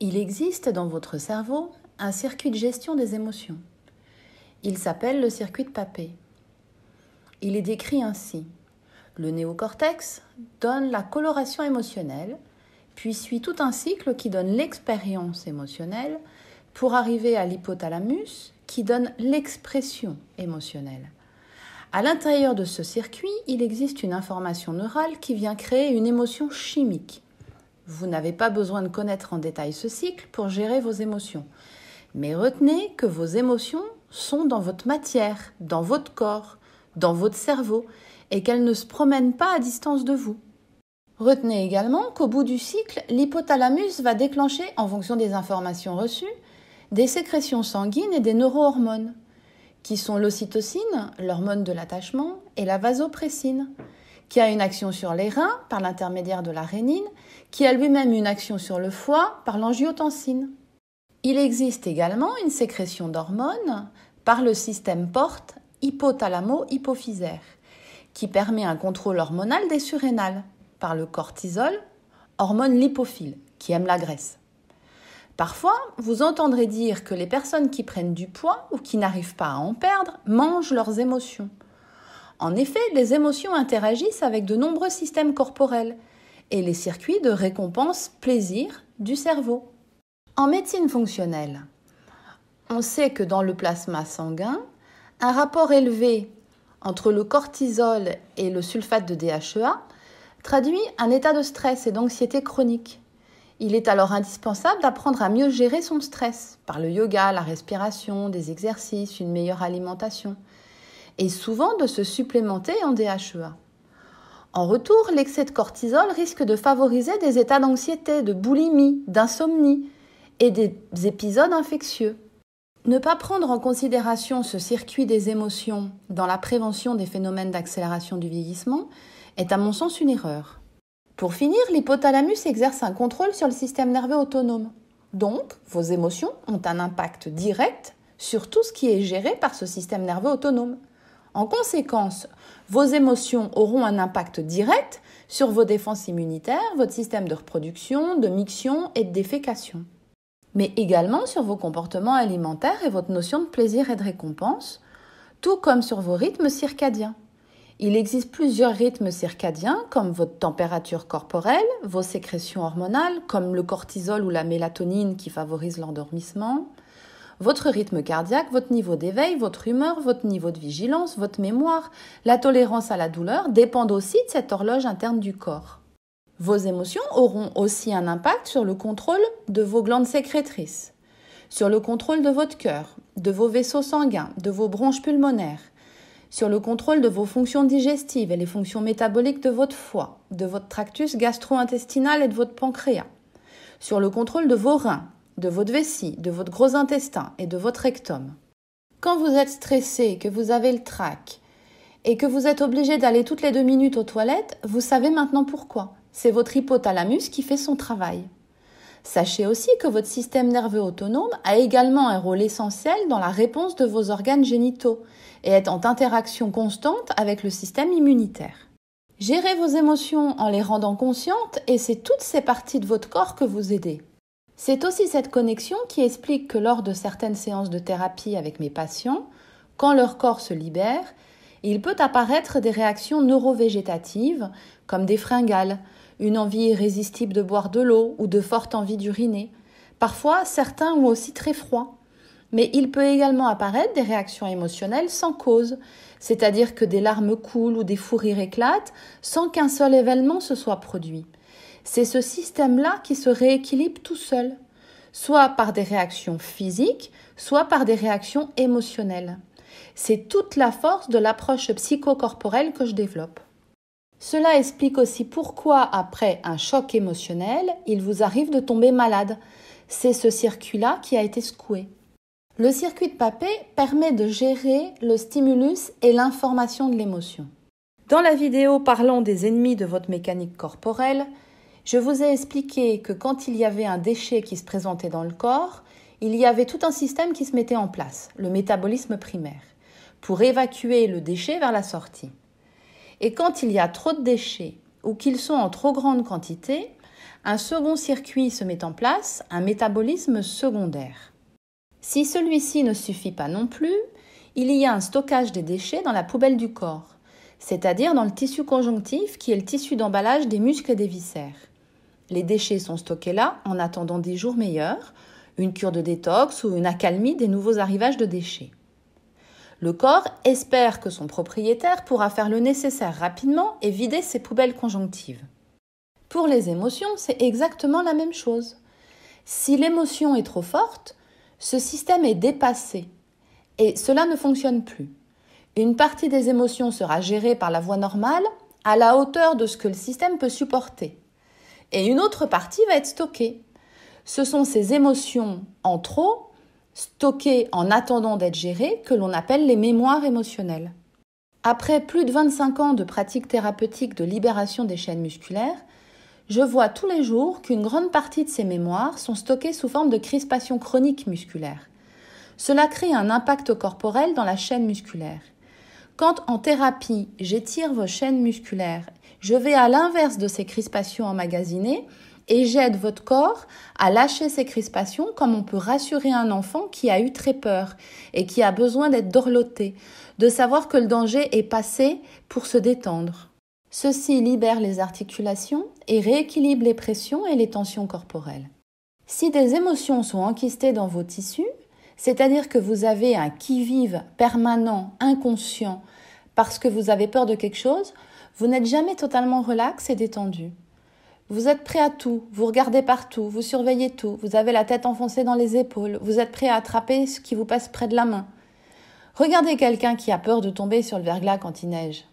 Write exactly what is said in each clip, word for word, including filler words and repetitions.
Il existe dans votre cerveau un circuit de gestion des émotions. Il s'appelle le circuit de Papez. Il est décrit ainsi. Le néocortex donne la coloration émotionnelle, puis suit tout un cycle qui donne l'expérience émotionnelle pour arriver à l'hypothalamus qui donne l'expression émotionnelle. À l'intérieur de ce circuit, il existe une information neurale qui vient créer une émotion chimique. Vous n'avez pas besoin de connaître en détail ce cycle pour gérer vos émotions. Mais retenez que vos émotions sont dans votre matière, dans votre corps, dans votre cerveau, et qu'elles ne se promènent pas à distance de vous. Retenez également qu'au bout du cycle, l'hypothalamus va déclencher, en fonction des informations reçues, des sécrétions sanguines et des neurohormones, qui sont l'ocytocine, l'hormone de l'attachement, et la vasopressine, qui a une action sur les reins par l'intermédiaire de la rénine, qui a lui-même une action sur le foie par l'angiotensine. Il existe également une sécrétion d'hormones par le système porte hypothalamo-hypophysaire, qui permet un contrôle hormonal des surrénales par le cortisol, hormone lipophile, qui aime la graisse. Parfois, vous entendrez dire que les personnes qui prennent du poids ou qui n'arrivent pas à en perdre mangent leurs émotions. En effet, les émotions interagissent avec de nombreux systèmes corporels et les circuits de récompense-plaisir du cerveau. En médecine fonctionnelle, on sait que dans le plasma sanguin, un rapport élevé entre le cortisol et le sulfate de D H E A traduit un état de stress et d'anxiété chronique. Il est alors indispensable d'apprendre à mieux gérer son stress par le yoga, la respiration, des exercices, une meilleure alimentation et souvent de se supplémenter en D H E A. En retour, l'excès de cortisol risque de favoriser des états d'anxiété, de boulimie, d'insomnie et des épisodes infectieux. Ne pas prendre en considération ce circuit des émotions dans la prévention des phénomènes d'accélération du vieillissement est à mon sens une erreur. Pour finir, l'hypothalamus exerce un contrôle sur le système nerveux autonome. Donc, vos émotions ont un impact direct sur tout ce qui est géré par ce système nerveux autonome. En conséquence, vos émotions auront un impact direct sur vos défenses immunitaires, votre système de reproduction, de miction et de défécation. Mais également sur vos comportements alimentaires et votre notion de plaisir et de récompense, tout comme sur vos rythmes circadiens. Il existe plusieurs rythmes circadiens, comme votre température corporelle, vos sécrétions hormonales, comme le cortisol ou la mélatonine qui favorisent l'endormissement, votre rythme cardiaque, votre niveau d'éveil, votre humeur, votre niveau de vigilance, votre mémoire, la tolérance à la douleur dépendent aussi de cette horloge interne du corps. Vos émotions auront aussi un impact sur le contrôle de vos glandes sécrétrices, sur le contrôle de votre cœur, de vos vaisseaux sanguins, de vos bronches pulmonaires, sur le contrôle de vos fonctions digestives et les fonctions métaboliques de votre foie, de votre tractus gastro-intestinal et de votre pancréas, sur le contrôle de vos reins, de votre vessie, de votre gros intestin et de votre rectum. Quand vous êtes stressé, que vous avez le trac et que vous êtes obligé d'aller toutes les deux minutes aux toilettes, vous savez maintenant pourquoi. C'est votre hypothalamus qui fait son travail. Sachez aussi que votre système nerveux autonome a également un rôle essentiel dans la réponse de vos organes génitaux et est en interaction constante avec le système immunitaire. Gérez vos émotions en les rendant conscientes et c'est toutes ces parties de votre corps que vous aidez. C'est aussi cette connexion qui explique que lors de certaines séances de thérapie avec mes patients, quand leur corps se libère, il peut apparaître des réactions neurovégétatives comme des fringales, une envie irrésistible de boire de l'eau ou de forte envie d'uriner. Parfois, certains ont aussi très froid. Mais il peut également apparaître des réactions émotionnelles sans cause, c'est-à-dire que des larmes coulent ou des fous rires éclatent sans qu'un seul événement se soit produit. C'est ce système-là qui se rééquilibre tout seul, soit par des réactions physiques, soit par des réactions émotionnelles. C'est toute la force de l'approche psychocorporelle que je développe. Cela explique aussi pourquoi, après un choc émotionnel, il vous arrive de tomber malade. C'est ce circuit-là qui a été secoué. Le circuit de Papez permet de gérer le stimulus et l'information de l'émotion. Dans la vidéo parlant des ennemis de votre mécanique corporelle, je vous ai expliqué que quand il y avait un déchet qui se présentait dans le corps, il y avait tout un système qui se mettait en place, le métabolisme primaire, pour évacuer le déchet vers la sortie. Et quand il y a trop de déchets ou qu'ils sont en trop grande quantité, un second circuit se met en place, un métabolisme secondaire. Si celui-ci ne suffit pas non plus, il y a un stockage des déchets dans la poubelle du corps, c'est-à-dire dans le tissu conjonctif qui est le tissu d'emballage des muscles et des viscères. Les déchets sont stockés là en attendant des jours meilleurs, une cure de détox ou une accalmie des nouveaux arrivages de déchets. Le corps espère que son propriétaire pourra faire le nécessaire rapidement et vider ses poubelles conjonctives. Pour les émotions, c'est exactement la même chose. Si l'émotion est trop forte, ce système est dépassé et cela ne fonctionne plus. Une partie des émotions sera gérée par la voie normale à la hauteur de ce que le système peut supporter. Et une autre partie va être stockée. Ce sont ces émotions en trop, stockées en attendant d'être gérées, que l'on appelle les mémoires émotionnelles. Après plus de vingt-cinq ans de pratique thérapeutique de libération des chaînes musculaires, je vois tous les jours qu'une grande partie de ces mémoires sont stockées sous forme de crispation chronique musculaire. Cela crée un impact corporel dans la chaîne musculaire. Quand en thérapie, j'étire vos chaînes musculaires, je vais à l'inverse de ces crispations emmagasinées et j'aide votre corps à lâcher ces crispations comme on peut rassurer un enfant qui a eu très peur et qui a besoin d'être dorloté, de savoir que le danger est passé pour se détendre. Ceci libère les articulations et rééquilibre les pressions et les tensions corporelles. Si des émotions sont enquistées dans vos tissus, c'est-à-dire que vous avez un qui-vive permanent, inconscient, parce que vous avez peur de quelque chose, vous n'êtes jamais totalement relax et détendu. Vous êtes prêt à tout, vous regardez partout, vous surveillez tout, vous avez la tête enfoncée dans les épaules, vous êtes prêt à attraper ce qui vous passe près de la main. Regardez quelqu'un qui a peur de tomber sur le verglas quand il neige.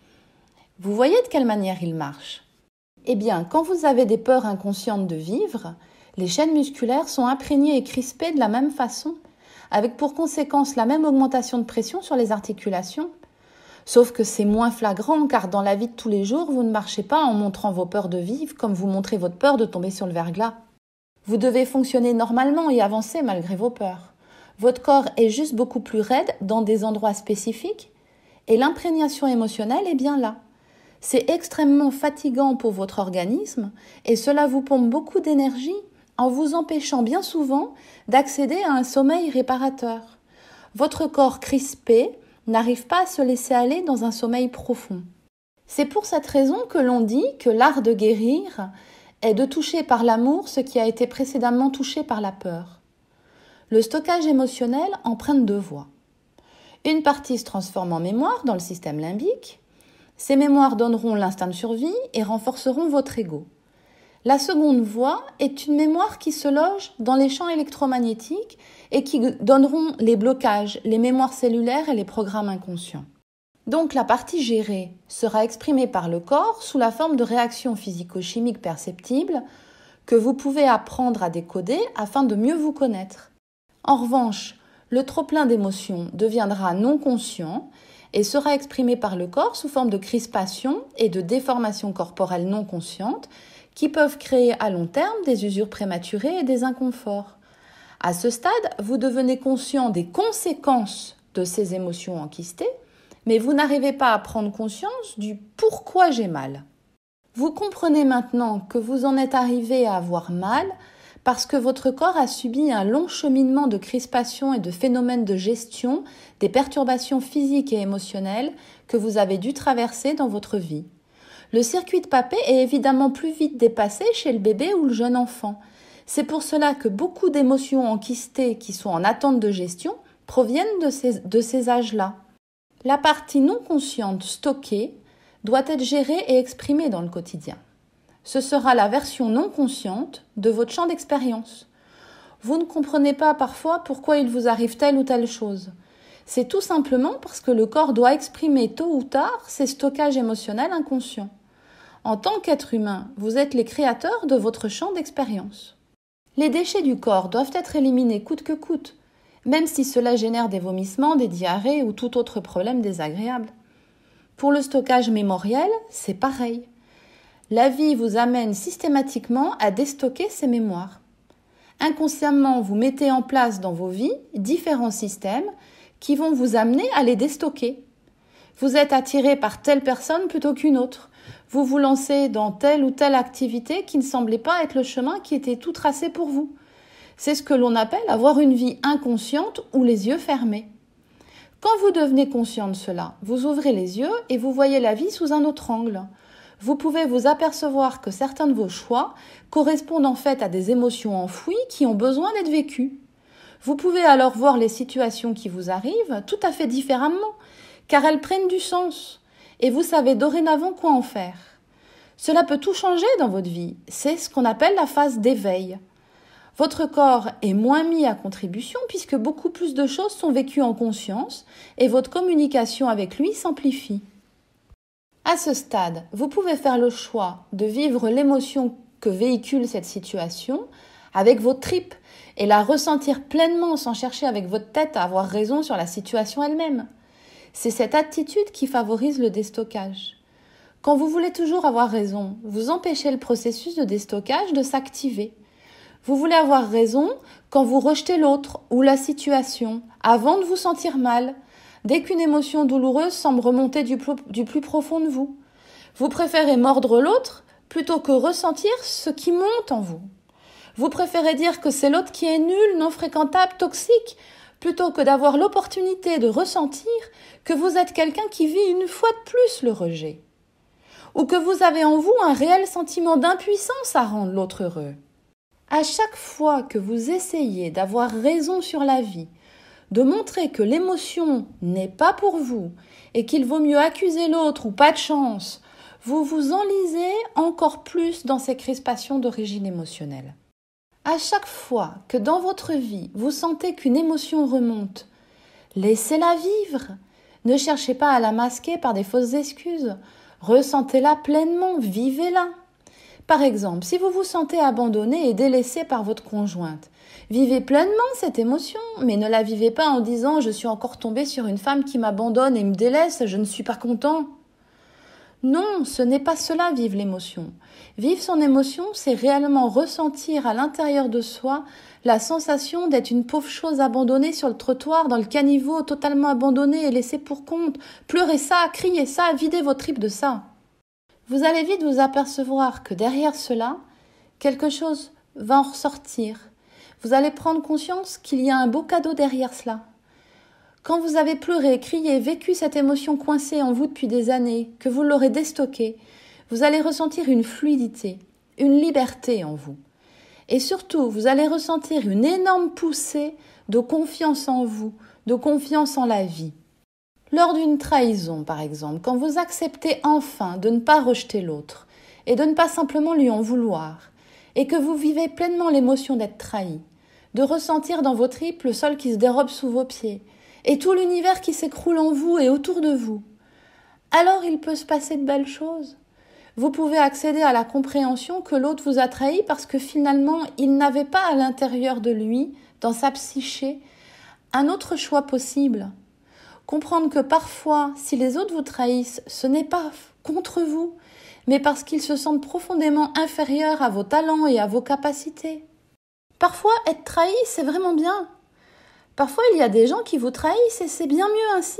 Vous voyez de quelle manière il marche? Eh bien, quand vous avez des peurs inconscientes de vivre, les chaînes musculaires sont imprégnées et crispées de la même façon, avec pour conséquence la même augmentation de pression sur les articulations. Sauf que c'est moins flagrant car dans la vie de tous les jours, vous ne marchez pas en montrant vos peurs de vivre comme vous montrez votre peur de tomber sur le verglas. Vous devez fonctionner normalement et avancer malgré vos peurs. Votre corps est juste beaucoup plus raide dans des endroits spécifiques et l'imprégnation émotionnelle est bien là. C'est extrêmement fatigant pour votre organisme et cela vous pompe beaucoup d'énergie en vous empêchant bien souvent d'accéder à un sommeil réparateur. Votre corps crispé n'arrive pas à se laisser aller dans un sommeil profond. C'est pour cette raison que l'on dit que l'art de guérir est de toucher par l'amour ce qui a été précédemment touché par la peur. Le stockage émotionnel emprunte deux voies. Une partie se transforme en mémoire dans le système limbique. Ces mémoires donneront l'instinct de survie et renforceront votre ego. La seconde voie est une mémoire qui se loge dans les champs électromagnétiques et qui donneront les blocages, les mémoires cellulaires et les programmes inconscients. Donc la partie gérée sera exprimée par le corps sous la forme de réactions physico-chimiques perceptibles que vous pouvez apprendre à décoder afin de mieux vous connaître. En revanche, le trop-plein d'émotions deviendra non conscient et sera exprimé par le corps sous forme de crispation et de déformation corporelle non consciente qui peuvent créer à long terme des usures prématurées et des inconforts. À ce stade, vous devenez conscient des conséquences de ces émotions enquistées, mais vous n'arrivez pas à prendre conscience du pourquoi j'ai mal. Vous comprenez maintenant que vous en êtes arrivé à avoir mal parce que votre corps a subi un long cheminement de crispation et de phénomènes de gestion des perturbations physiques et émotionnelles que vous avez dû traverser dans votre vie. Le circuit de Papet est évidemment plus vite dépassé chez le bébé ou le jeune enfant. C'est pour cela que beaucoup d'émotions enquistées qui sont en attente de gestion proviennent de ces, de ces âges-là. La partie non consciente stockée doit être gérée et exprimée dans le quotidien. Ce sera la version non consciente de votre champ d'expérience. Vous ne comprenez pas parfois pourquoi il vous arrive telle ou telle chose. C'est tout simplement parce que le corps doit exprimer tôt ou tard ses stockages émotionnels inconscients. En tant qu'être humain, vous êtes les créateurs de votre champ d'expérience. Les déchets du corps doivent être éliminés coûte que coûte, même si cela génère des vomissements, des diarrhées ou tout autre problème désagréable. Pour le stockage mémoriel, c'est pareil. La vie vous amène systématiquement à déstocker ces mémoires. Inconsciemment, vous mettez en place dans vos vies différents systèmes qui vont vous amener à les déstocker. Vous êtes attiré par telle personne plutôt qu'une autre. Vous vous lancez dans telle ou telle activité qui ne semblait pas être le chemin qui était tout tracé pour vous. C'est ce que l'on appelle avoir une vie inconsciente ou les yeux fermés. Quand vous devenez conscient de cela, vous ouvrez les yeux et vous voyez la vie sous un autre angle. Vous pouvez vous apercevoir que certains de vos choix correspondent en fait à des émotions enfouies qui ont besoin d'être vécues. Vous pouvez alors voir les situations qui vous arrivent tout à fait différemment, car elles prennent du sens, et vous savez dorénavant quoi en faire. Cela peut tout changer dans votre vie, c'est ce qu'on appelle la phase d'éveil. Votre corps est moins mis à contribution puisque beaucoup plus de choses sont vécues en conscience et votre communication avec lui s'amplifie. À ce stade, vous pouvez faire le choix de vivre l'émotion que véhicule cette situation avec vos tripes et la ressentir pleinement sans chercher avec votre tête à avoir raison sur la situation elle-même. C'est cette attitude qui favorise le déstockage. Quand vous voulez toujours avoir raison, vous empêchez le processus de déstockage de s'activer. Vous voulez avoir raison quand vous rejetez l'autre ou la situation avant de vous sentir mal, dès qu'une émotion douloureuse semble remonter du plus, du plus profond de vous. Vous préférez mordre l'autre plutôt que ressentir ce qui monte en vous. Vous préférez dire que c'est l'autre qui est nul, non fréquentable, toxique, plutôt que d'avoir l'opportunité de ressentir que vous êtes quelqu'un qui vit une fois de plus le rejet. Ou que vous avez en vous un réel sentiment d'impuissance à rendre l'autre heureux. À chaque fois que vous essayez d'avoir raison sur la vie, de montrer que l'émotion n'est pas pour vous et qu'il vaut mieux accuser l'autre ou pas de chance, vous vous enlisez encore plus dans ces crispations d'origine émotionnelle. À chaque fois que dans votre vie, vous sentez qu'une émotion remonte, laissez-la vivre. Ne cherchez pas à la masquer par des fausses excuses. Ressentez-la pleinement, vivez-la. Par exemple, si vous vous sentez abandonné et délaissé par votre conjointe, vivez pleinement cette émotion, mais ne la vivez pas en disant « je suis encore tombé sur une femme qui m'abandonne et me délaisse, je ne suis pas content ». Non, ce n'est pas cela, vivre l'émotion. Vivre son émotion, c'est réellement ressentir à l'intérieur de soi la sensation d'être une pauvre chose abandonnée sur le trottoir, dans le caniveau, totalement abandonnée et laissée pour compte. Pleurez ça, criez ça, videz vos tripes de ça. Vous allez vite vous apercevoir que derrière cela, quelque chose va en ressortir. Vous allez prendre conscience qu'il y a un beau cadeau derrière cela. Quand vous avez pleuré, crié, vécu cette émotion coincée en vous depuis des années, que vous l'aurez déstockée, vous allez ressentir une fluidité, une liberté en vous. Et surtout, vous allez ressentir une énorme poussée de confiance en vous, de confiance en la vie. Lors d'une trahison, par exemple, quand vous acceptez enfin de ne pas rejeter l'autre et de ne pas simplement lui en vouloir, et que vous vivez pleinement l'émotion d'être trahi, de ressentir dans vos tripes le sol qui se dérobe sous vos pieds, et tout l'univers qui s'écroule en vous et autour de vous, alors il peut se passer de belles choses. Vous pouvez accéder à la compréhension que l'autre vous a trahi parce que finalement, il n'avait pas à l'intérieur de lui, dans sa psyché, un autre choix possible. Comprendre que parfois, si les autres vous trahissent, ce n'est pas contre vous, mais parce qu'ils se sentent profondément inférieurs à vos talents et à vos capacités. Parfois, être trahi, c'est vraiment bien. Parfois, il y a des gens qui vous trahissent et c'est bien mieux ainsi.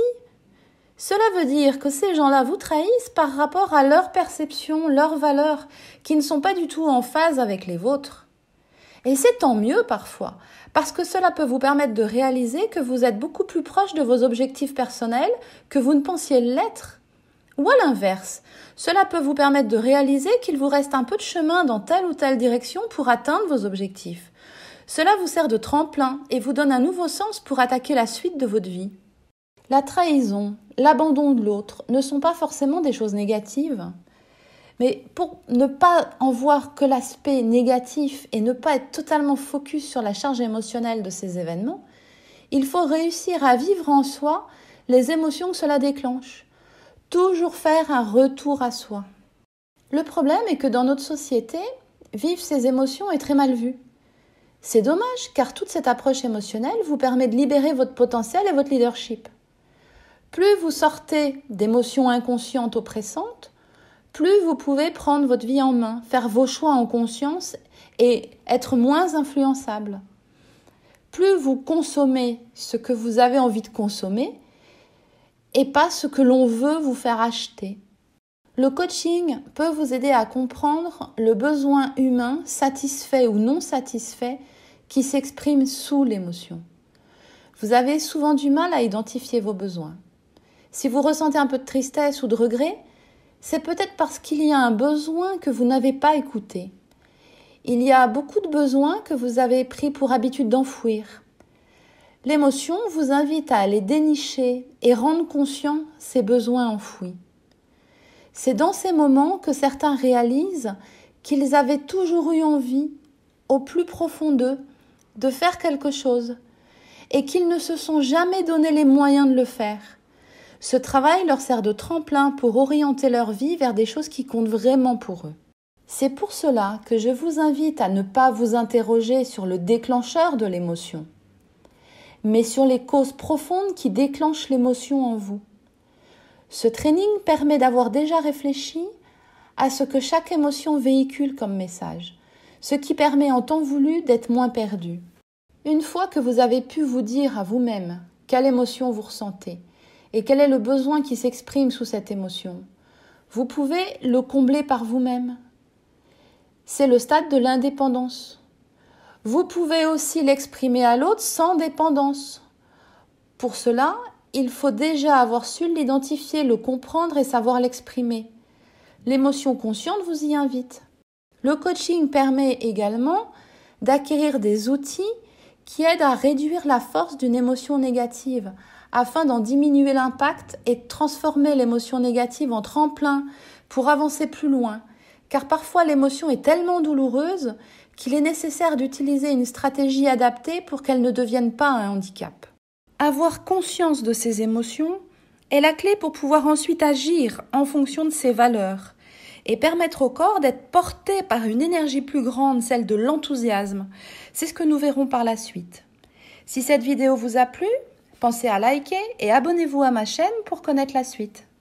Cela veut dire que ces gens-là vous trahissent par rapport à leur perception, leurs valeurs, qui ne sont pas du tout en phase avec les vôtres. Et c'est tant mieux parfois, parce que cela peut vous permettre de réaliser que vous êtes beaucoup plus proche de vos objectifs personnels que vous ne pensiez l'être. Ou à l'inverse, cela peut vous permettre de réaliser qu'il vous reste un peu de chemin dans telle ou telle direction pour atteindre vos objectifs. Cela vous sert de tremplin et vous donne un nouveau sens pour attaquer la suite de votre vie. La trahison, l'abandon de l'autre ne sont pas forcément des choses négatives. Mais pour ne pas en voir que l'aspect négatif et ne pas être totalement focus sur la charge émotionnelle de ces événements, il faut réussir à vivre en soi les émotions que cela déclenche. Toujours faire un retour à soi. Le problème est que dans notre société, vivre ces émotions est très mal vu. C'est dommage car toute cette approche émotionnelle vous permet de libérer votre potentiel et votre leadership. Plus vous sortez d'émotions inconscientes oppressantes, plus vous pouvez prendre votre vie en main, faire vos choix en conscience et être moins influençable. Plus vous consommez ce que vous avez envie de consommer et pas ce que l'on veut vous faire acheter. Le coaching peut vous aider à comprendre le besoin humain satisfait ou non satisfait qui s'exprime sous l'émotion. Vous avez souvent du mal à identifier vos besoins. Si vous ressentez un peu de tristesse ou de regret, c'est peut-être parce qu'il y a un besoin que vous n'avez pas écouté. Il y a beaucoup de besoins que vous avez pris pour habitude d'enfouir. L'émotion vous invite à aller dénicher et rendre conscient ces besoins enfouis. C'est dans ces moments que certains réalisent qu'ils avaient toujours eu envie, au plus profond d'eux, de faire quelque chose et qu'ils ne se sont jamais donné les moyens de le faire. Ce travail leur sert de tremplin pour orienter leur vie vers des choses qui comptent vraiment pour eux. C'est pour cela que je vous invite à ne pas vous interroger sur le déclencheur de l'émotion, mais sur les causes profondes qui déclenchent l'émotion en vous. Ce training permet d'avoir déjà réfléchi à ce que chaque émotion véhicule comme message, ce qui permet en temps voulu d'être moins perdu. Une fois que vous avez pu vous dire à vous-même quelle émotion vous ressentez et quel est le besoin qui s'exprime sous cette émotion, vous pouvez le combler par vous-même. C'est le stade de l'indépendance. Vous pouvez aussi l'exprimer à l'autre sans dépendance. Pour cela, il faut déjà avoir su l'identifier, le comprendre et savoir l'exprimer. L'émotion consciente vous y invite. Le coaching permet également d'acquérir des outils qui aident à réduire la force d'une émotion négative afin d'en diminuer l'impact et de transformer l'émotion négative en tremplin pour avancer plus loin. Car parfois l'émotion est tellement douloureuse qu'il est nécessaire d'utiliser une stratégie adaptée pour qu'elle ne devienne pas un handicap. Avoir conscience de ces émotions est la clé pour pouvoir ensuite agir en fonction de ses valeurs et permettre au corps d'être porté par une énergie plus grande, celle de l'enthousiasme. C'est ce que nous verrons par la suite. Si cette vidéo vous a plu, pensez à liker et abonnez-vous à ma chaîne pour connaître la suite.